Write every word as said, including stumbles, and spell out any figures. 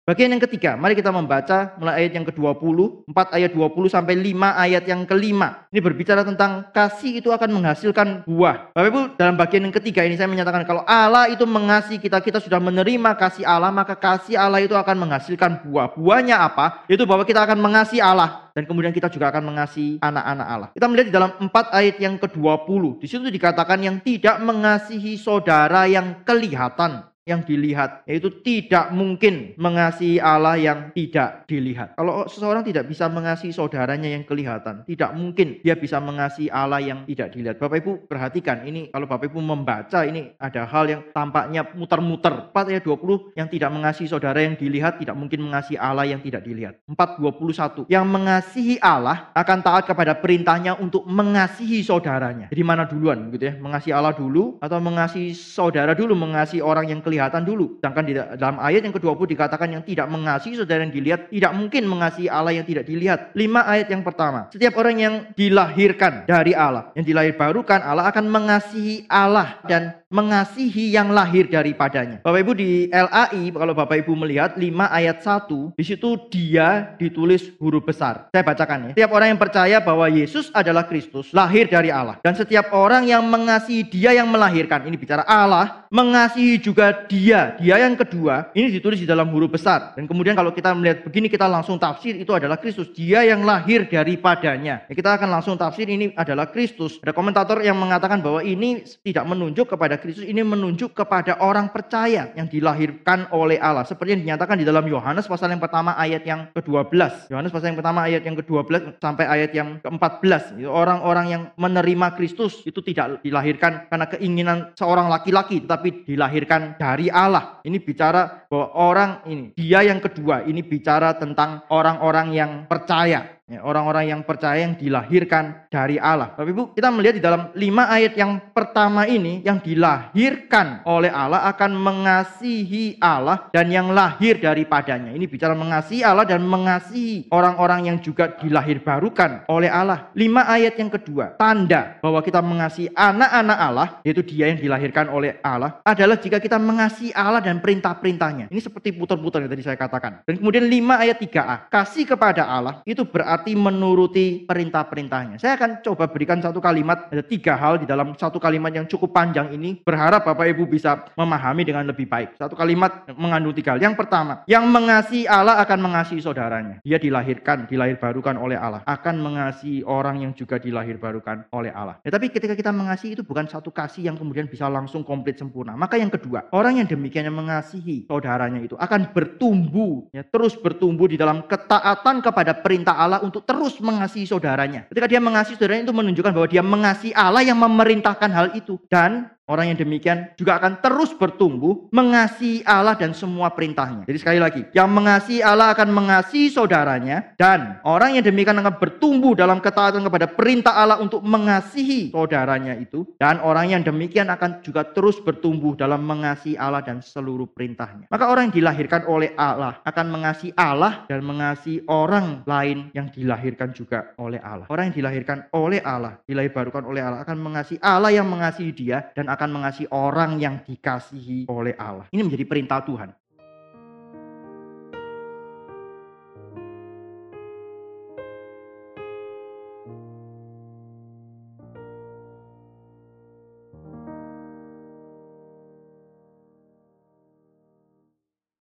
Bagian yang ketiga, mari kita membaca mulai ayat yang kedua puluh, empat ayat dua puluh sampai lima ayat yang kelima. Ini berbicara tentang kasih itu akan menghasilkan buah. Bapak Ibu, dalam bagian yang ketiga ini saya menyatakan kalau Allah itu mengasihi kita, kita sudah menerima kasih Allah, maka kasih Allah itu akan menghasilkan buah. Buahnya apa? Itu bahwa kita akan mengasihi Allah. Dan kemudian kita juga akan mengasihi anak-anak Allah. Kita melihat di dalam empat ayat yang kedua puluh. Di situ dikatakan yang tidak mengasihi saudara yang kelihatan, yang dilihat, yaitu tidak mungkin mengasihi Allah yang tidak dilihat. Kalau seseorang tidak bisa mengasihi saudaranya yang kelihatan, tidak mungkin dia bisa mengasihi Allah yang tidak dilihat. Bapak Ibu perhatikan, ini kalau Bapak Ibu membaca, ini ada hal yang tampaknya muter-muter. empat ayat dua puluh, yang tidak mengasihi saudara yang dilihat, tidak mungkin mengasihi Allah yang tidak dilihat. empat dua puluh satu, yang mengasihi Allah akan taat kepada perintahnya untuk mengasihi saudaranya. Jadi mana duluan gitu ya, mengasihi Allah dulu atau mengasihi saudara dulu, mengasihi orang yang kelihatan kelihatan dulu. Sedangkan di dalam ayat yang kedua puluh dikatakan yang tidak mengasihi saudara yang dilihat tidak mungkin mengasihi Allah yang tidak dilihat. Lima ayat yang pertama, setiap orang yang dilahirkan dari Allah, yang dilahirbarukan Allah, akan mengasihi Allah dan mengasihi yang lahir daripadanya. Bapak Ibu di L A I, kalau Bapak Ibu melihat lima ayat satu, di situ dia ditulis huruf besar. Saya bacakan ya. Setiap orang yang percaya bahwa Yesus adalah Kristus, lahir dari Allah, dan setiap orang yang mengasihi Dia yang melahirkan, ini bicara Allah, mengasihi juga dia, dia yang kedua, ini ditulis di dalam huruf besar. Dan kemudian kalau kita melihat begini, kita langsung tafsir itu adalah Kristus, dia yang lahir daripadanya. Ya, kita akan langsung tafsir ini adalah Kristus. Ada komentator yang mengatakan bahwa ini tidak menunjuk kepada Kristus, ini menunjuk kepada orang percaya yang dilahirkan oleh Allah. Seperti yang dinyatakan di dalam Yohanes pasal yang pertama ayat yang kedua belas. Yohanes pasal yang pertama ayat yang kedua belas sampai ayat yang keempat belas. Orang-orang yang menerima Kristus itu tidak dilahirkan karena keinginan seorang laki-laki, tetapi dilahirkan dari Allah. Ini bicara bahwa orang ini, dia yang kedua, ini bicara tentang orang-orang yang percaya. Ya, orang-orang yang percaya yang dilahirkan dari Allah. Bapak Ibu, kita melihat di dalam lima ayat yang pertama ini, yang dilahirkan oleh Allah akan mengasihi Allah dan yang lahir daripadanya. Ini bicara mengasihi Allah dan mengasihi orang-orang yang juga dilahirbarukan oleh Allah. Lima ayat yang kedua, tanda bahwa kita mengasihi anak-anak Allah, yaitu dia yang dilahirkan oleh Allah, adalah jika kita mengasihi Allah dan perintah-perintahnya. Ini seperti putar-putar yang tadi saya katakan. Dan kemudian lima ayat tiga a, kasih kepada Allah itu berarti menuruti perintah-perintahnya. Saya akan coba berikan satu kalimat, ada tiga hal di dalam satu kalimat yang cukup panjang ini. Berharap Bapak Ibu bisa memahami dengan lebih baik. Satu kalimat mengandung tiga hal. Yang pertama, yang mengasihi Allah akan mengasihi saudaranya. Dia dilahirkan, dilahirbarukan oleh Allah, akan mengasihi orang yang juga dilahirbarukan oleh Allah. Ya, tapi ketika kita mengasihi itu bukan satu kasih yang kemudian bisa langsung komplit sempurna. Maka yang kedua, orang yang demikian yang mengasihi saudaranya itu akan bertumbuh, ya, terus bertumbuh di dalam ketaatan kepada perintah Allah untuk terus mengasihi saudaranya. Ketika dia mengasihi saudaranya, itu menunjukkan bahwa dia mengasihi Allah yang memerintahkan hal itu. Dan orang yang demikian juga akan terus bertumbuh mengasihi Allah dan semua perintahnya. Jadi sekali lagi, yang mengasihi Allah akan mengasihi saudaranya, dan orang yang demikian akan bertumbuh dalam ketaatan kepada perintah Allah untuk mengasihi saudaranya itu. Dan orang yang demikian akan juga terus bertumbuh dalam mengasihi Allah dan seluruh perintahnya. Maka orang yang dilahirkan oleh Allah akan mengasihi Allah dan mengasihi orang lain yang dilahirkan juga oleh Allah. Orang yang dilahirkan oleh Allah, dilahirbarukan oleh Allah, akan mengasihi Allah yang mengasihi dia dan akan mengasihi orang yang dikasihi oleh Allah. Ini menjadi perintah Tuhan.